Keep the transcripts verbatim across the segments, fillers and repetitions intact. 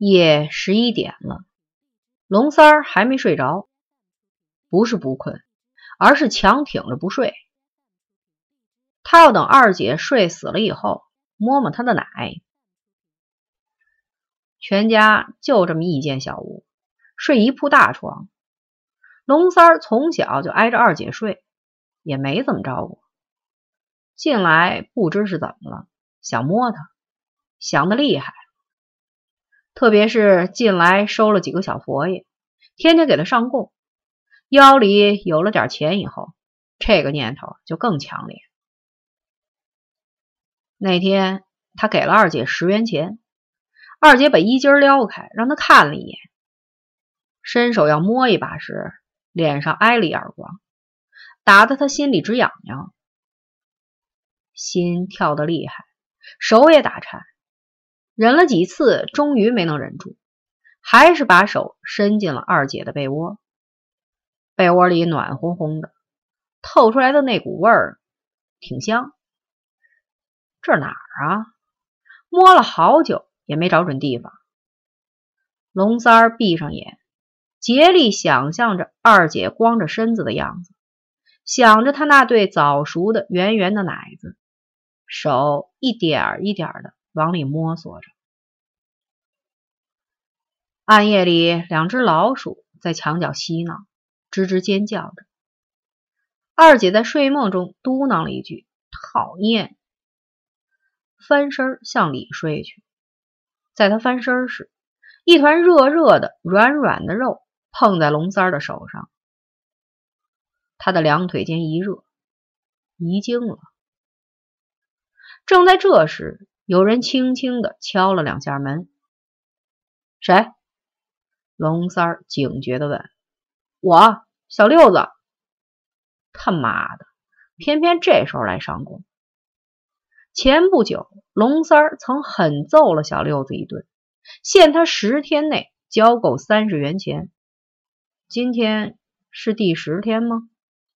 夜十一点了，龙三儿还没睡着，不是不困，而是强挺着不睡。他要等二姐睡死了以后，摸摸她的奶。全家就这么一间小屋，睡一铺大床。龙三儿从小就挨着二姐睡，也没怎么着过。近来不知是怎么了，想摸她，想得厉害。特别是近来收了几个小佛爷，天天给他上供，腰里有了点钱以后，这个念头就更强烈。那天他给了二姐十元钱，二姐把衣襟撩开，让他看了一眼，伸手要摸一把时，脸上挨了一耳光，打得他心里直痒痒，心跳得厉害，手也打颤，忍了几次，终于没能忍住，还是把手伸进了二姐的被窝。被窝里暖烘烘的，透出来的那股味儿挺香。这哪儿啊？摸了好久也没找准地方。龙三儿闭上眼，竭力想象着二姐光着身子的样子，想着她那对早熟的圆圆的奶子，手一点一点的往里摸索着。暗夜里，两只老鼠在墙角嬉闹，吱吱尖叫着。二姐在睡梦中嘟囔了一句：“讨厌。”翻身向里睡去。在她翻身时，一团热热的软软的肉碰在龙三儿的手上，他的两腿间一热，一惊了。正在这时，有人轻轻地敲了两下门。谁？龙三儿警觉地问。我，小六子。他妈的，偏偏这时候来上供。前不久，龙三儿曾狠揍了小六子一顿，限他十天内交够三十元钱。今天是第十天吗？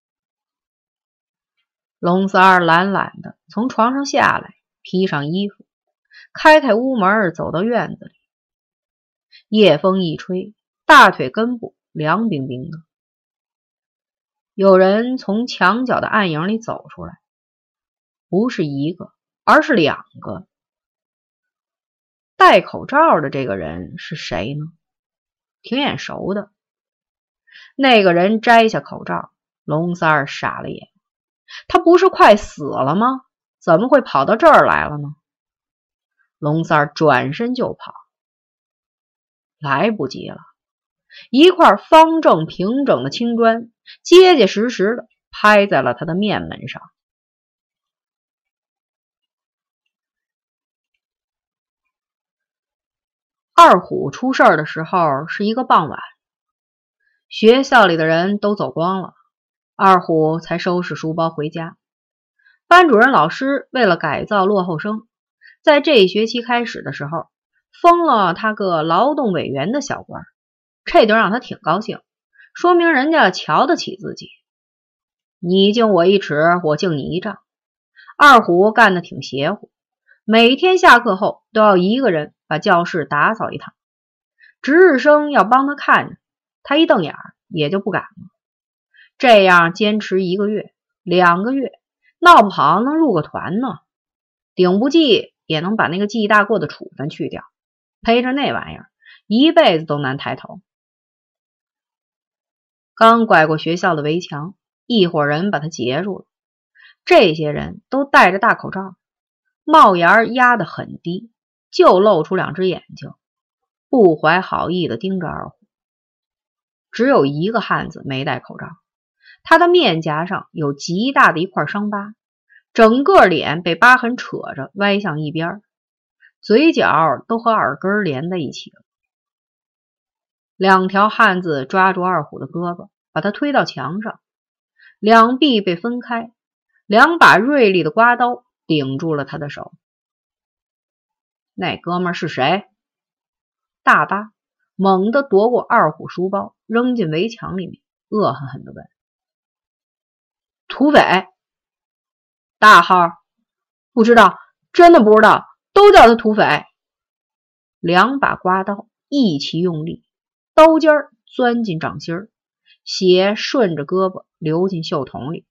龙三儿懒懒的从床上下来，披上衣服，开开屋门，走到院子里。夜风一吹，大腿根部凉冰冰的。有人从墙角的暗影里走出来，不是一个，而是两个。戴口罩的这个人是谁呢？挺眼熟的。那个人摘下口罩，龙三儿傻了眼。他不是快死了吗？怎么会跑到这儿来了呢？龙三儿转身就跑。来不及了，一块方正平整的青砖结结实实的拍在了他的面门上。二虎出事儿的时候是一个傍晚，学校里的人都走光了，二虎才收拾书包回家。班主任老师为了改造落后生，在这一学期开始的时候封了他个劳动委员的小官，这就让他挺高兴，说明人家瞧得起自己。你敬我一尺，我敬你一丈。二虎干得挺邪乎，每天下课后都要一个人把教室打扫一趟，值日生要帮他看着，他一瞪眼也就不敢了。这样坚持一个月两个月，闹不好能入个团呢，顶不济也能把那个记大过的处分去掉，陪着那玩意儿一辈子都难抬头。刚拐过学校的围墙，一伙人把他截住了。这些人都戴着大口罩，帽檐压得很低，就露出两只眼睛，不怀好意地盯着二虎。只有一个汉子没戴口罩，他的面颊上有极大的一块伤疤，整个脸被疤痕扯着歪向一边，嘴角都和耳根连在一起了。两条汉子抓住二虎的胳膊，把他推到墙上，两臂被分开，两把锐利的刮刀顶住了他的手。那哥们儿是谁？大巴猛地夺过二虎书包，扔进围墙里面，恶狠狠地问。土匪。大号。不知道，真的不知道，都叫他土匪。两把刮刀意气用力，刀尖儿钻进掌心儿，血顺着胳膊流进袖筒里。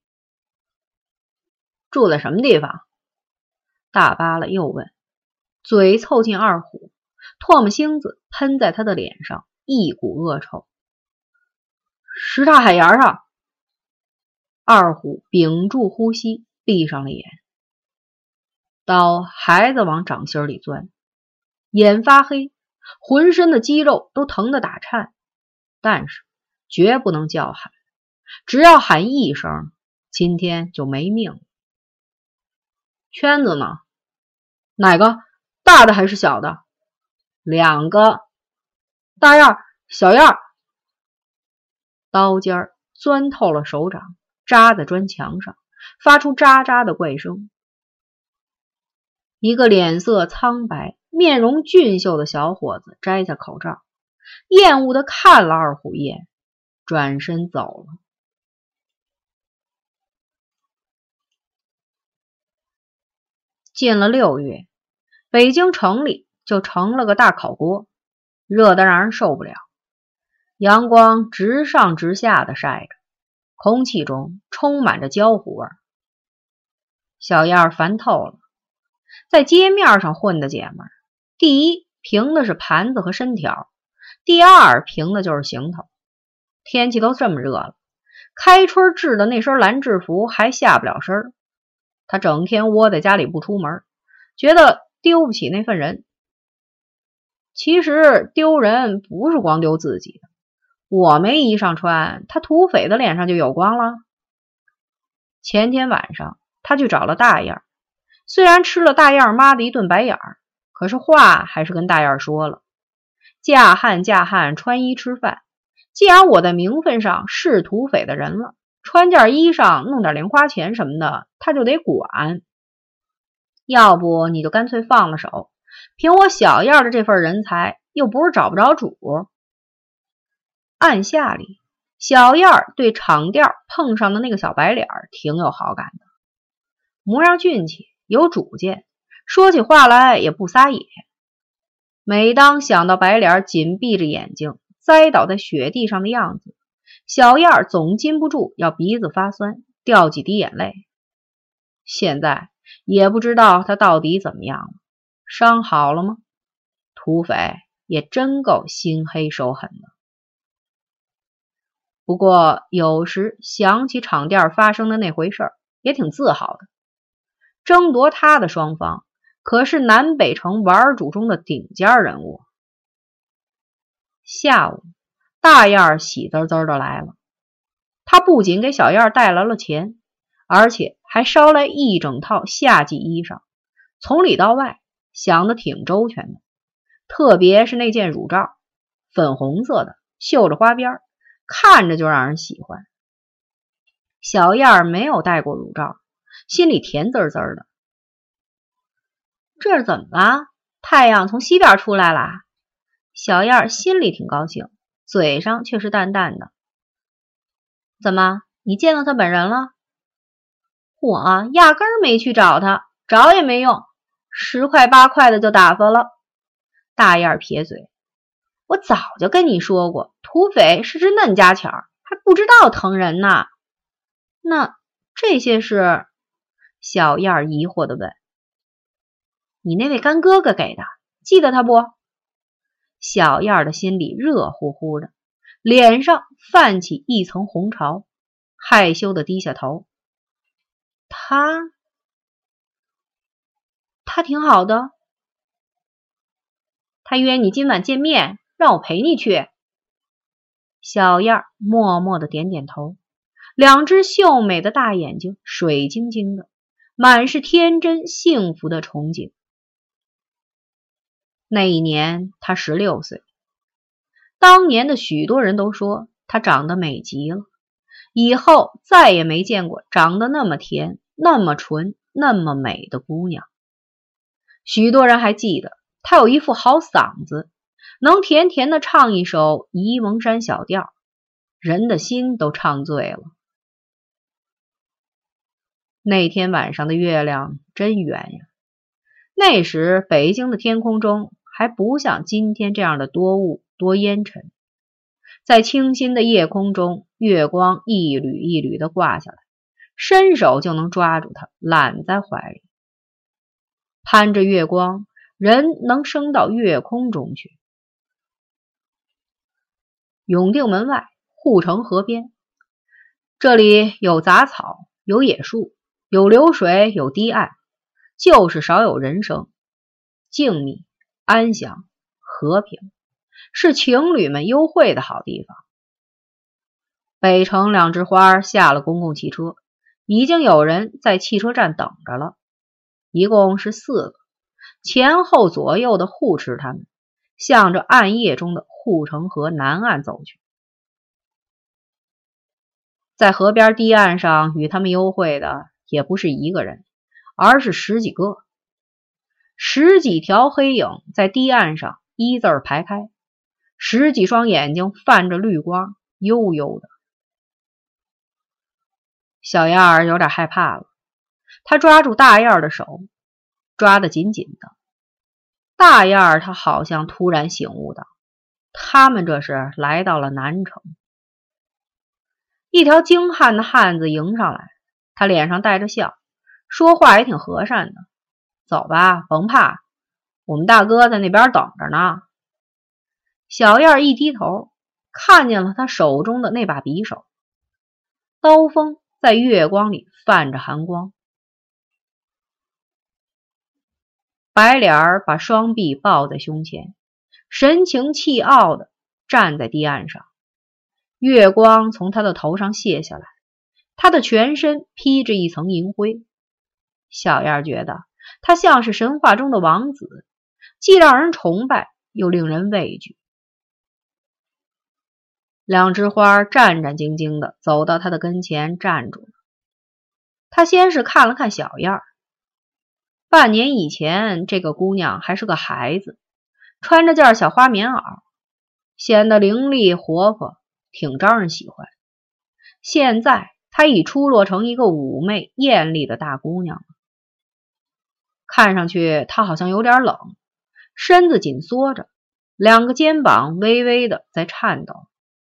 住在什么地方？大巴拉又问，嘴凑近二虎，唾沫星子喷在他的脸上，一股恶臭。什刹海沿上。二虎屏住呼吸，闭上了眼，刀还在往掌心里钻，眼发黑，浑身的肌肉都疼得打颤，但是绝不能叫喊，只要喊一声，今天就没命了。圈子呢？哪个？大的还是小的？两个。大样儿，小样儿。刀尖儿钻透了手掌，扎在砖墙上，发出喳喳的怪声。一个脸色苍白、面容俊秀的小伙子摘下口罩，厌恶地看了二虎一眼，转身走了。进了六月，北京城里就成了个大烤锅，热得让人受不了。阳光直上直下的晒着，空气中充满着焦糊味儿。小燕儿烦透了，在街面上混的姐们儿，第一凭的是盘子和身条，第二凭的就是行头。天气都这么热了，开春制的那身蓝制服还下不了身儿，他整天窝在家里不出门，觉得丢不起那份人。其实丢人不是光丢自己的，我没衣裳穿，他土匪的脸上就有光了。前天晚上他去找了大燕儿，虽然吃了大燕儿妈的一顿白眼儿，可是话还是跟大燕儿说了，嫁汉嫁汉，穿衣吃饭，既然我在名分上是土匪的人了，穿件衣裳弄点零花钱什么的他就得管，要不你就干脆放了手，凭我小燕的这份人才又不是找不着主。暗下里，小燕儿对场店碰上的那个小白脸挺有好感的，模样俊气，有主见，说起话来也不撒野。每当想到白脸紧闭着眼睛栽倒在雪地上的样子，小燕儿总禁不住要鼻子发酸，掉几滴眼泪。现在也不知道他到底怎么样了，伤好了吗？土匪也真够心黑手狠的。不过有时想起场店发生的那回事儿，也挺自豪的。争夺他的双方可是南北城玩主中的顶尖人物。下午，大燕儿喜滋滋的来了，他不仅给小燕带来了钱，而且还捎来一整套夏季衣裳，从里到外想得挺周全的。特别是那件乳罩，粉红色的，绣着花边，看着就让人喜欢。小燕儿没有戴过乳罩，心里甜滋滋的。这是怎么了？太阳从西边出来了？小燕儿心里挺高兴，嘴上却是淡淡的。怎么，你见到他本人了？我压根儿没去找他，找也没用，十块八块的就打发了。大燕儿撇嘴，我早就跟你说过，土匪是只嫩家巧，还不知道疼人呢。那这些是？小燕儿疑惑地问。你那位干哥哥给的，记得他不？小燕儿的心里热乎乎的，脸上泛起一层红潮，害羞地低下头。他他挺好的。他约你今晚见面，让我陪你去。小燕儿默默地点点头，两只秀美的大眼睛水晶晶的，满是天真幸福的憧憬。那一年他十六岁，当年的许多人都说他长得美极了，以后再也没见过长得那么甜、那么纯、那么美的姑娘。许多人还记得他有一副好嗓子，能甜甜地唱一首沂蒙山小调，人的心都唱醉了。那天晚上的月亮真圆呀，那时北京的天空中还不像今天这样的多雾多烟尘。在清新的夜空中，月光一缕一缕地挂下来，伸手就能抓住它，揽在怀里。攀着月光，人能升到月空中去。永定门外，护城河边，这里有杂草，有野树，有流水，有堤岸，就是少有人声，静谧、安详、和平，是情侣们幽会的好地方。北城两枝花下了公共汽车，已经有人在汽车站等着了，一共是四个，前后左右的护持他们，向着暗夜中的护城河南岸走去。在河边堤岸上与他们幽会的也不是一个人，而是十几个，十几条黑影在堤岸上一字儿排开，十几双眼睛泛着绿光，幽幽的。小燕儿有点害怕了，她抓住大燕儿的手，抓得紧紧的。大燕儿她好像突然醒悟到，他们这是来到了南城。一条精悍的汉子迎上来，他脸上带着笑，说话也挺和善的。走吧，甭怕，我们大哥在那边等着呢。小燕一低头，看见了他手中的那把匕首，刀锋在月光里泛着寒光。白脸儿把双臂抱在胸前，神情气傲地站在堤岸上。月光从他的头上卸下来，他的全身披着一层银灰。小燕觉得他像是神话中的王子，既让人崇拜，又令人畏惧。两枝花战战兢兢地走到他的跟前站住了。他先是看了看小燕，半年以前这个姑娘还是个孩子，穿着件小花棉袄，显得伶俐活泼，挺招人喜欢。现在她已出落成一个妩媚艳丽的大姑娘了。看上去她好像有点冷，身子紧缩着，两个肩膀微微的在颤抖。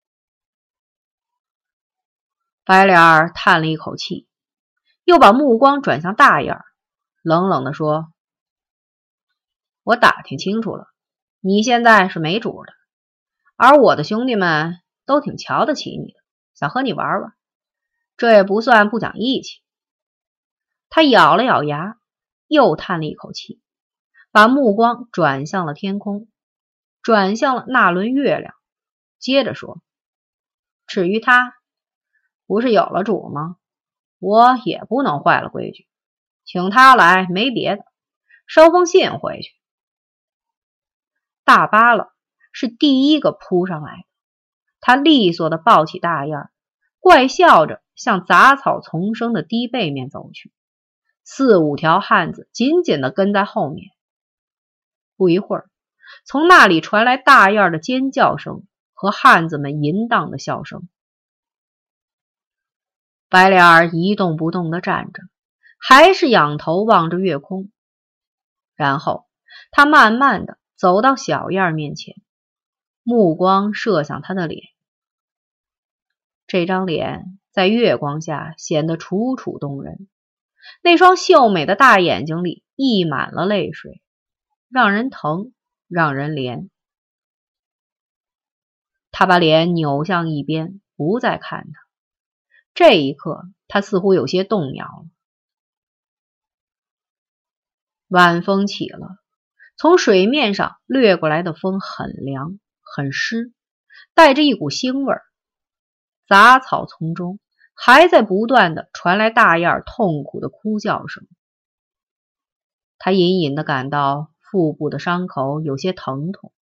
白脸儿叹了一口气，又把目光转向大眼儿，冷冷地说：我打听清楚了，你现在是没主的，而我的兄弟们都挺瞧得起你的，想和你玩玩，这也不算不讲义气。他咬了咬牙，又叹了一口气，把目光转向了天空，转向了那轮月亮，接着说：至于他，不是有了主吗？我也不能坏了规矩，请他来没别的，捎封信回去。大巴了是第一个扑上来的，他利索地抱起大燕，怪笑着向杂草丛生的堤背面走去，四五条汉子紧紧地跟在后面。不一会儿，从那里传来大燕的尖叫声和汉子们淫荡的笑声。白脸儿一动不动地站着，还是仰头望着月空。然后他慢慢地走到小燕面前，目光射向她的脸。这张脸在月光下显得楚楚动人，那双秀美的大眼睛里溢满了泪水，让人疼，让人怜。他把脸扭向一边，不再看他。这一刻，他似乎有些动摇了。晚风起了，从水面上掠过来的风很凉，很湿，带着一股腥味儿。杂草丛中还在不断地传来大燕痛苦的哭叫声。他隐隐地感到腹部的伤口有些疼痛。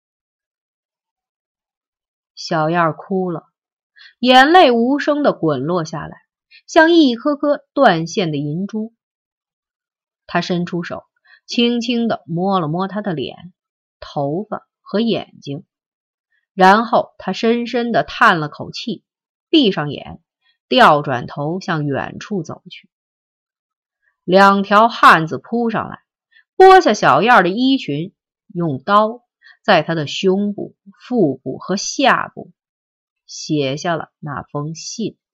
小燕哭了，眼泪无声地滚落下来，像一颗颗断线的银珠。他伸出手，轻轻地摸了摸她的脸、头发和眼睛，然后他深深地叹了口气，闭上眼，调转头向远处走去。两条汉子扑上来，剥下小燕的衣裙，用刀在他的胸部、腹部和下部写下了那封信。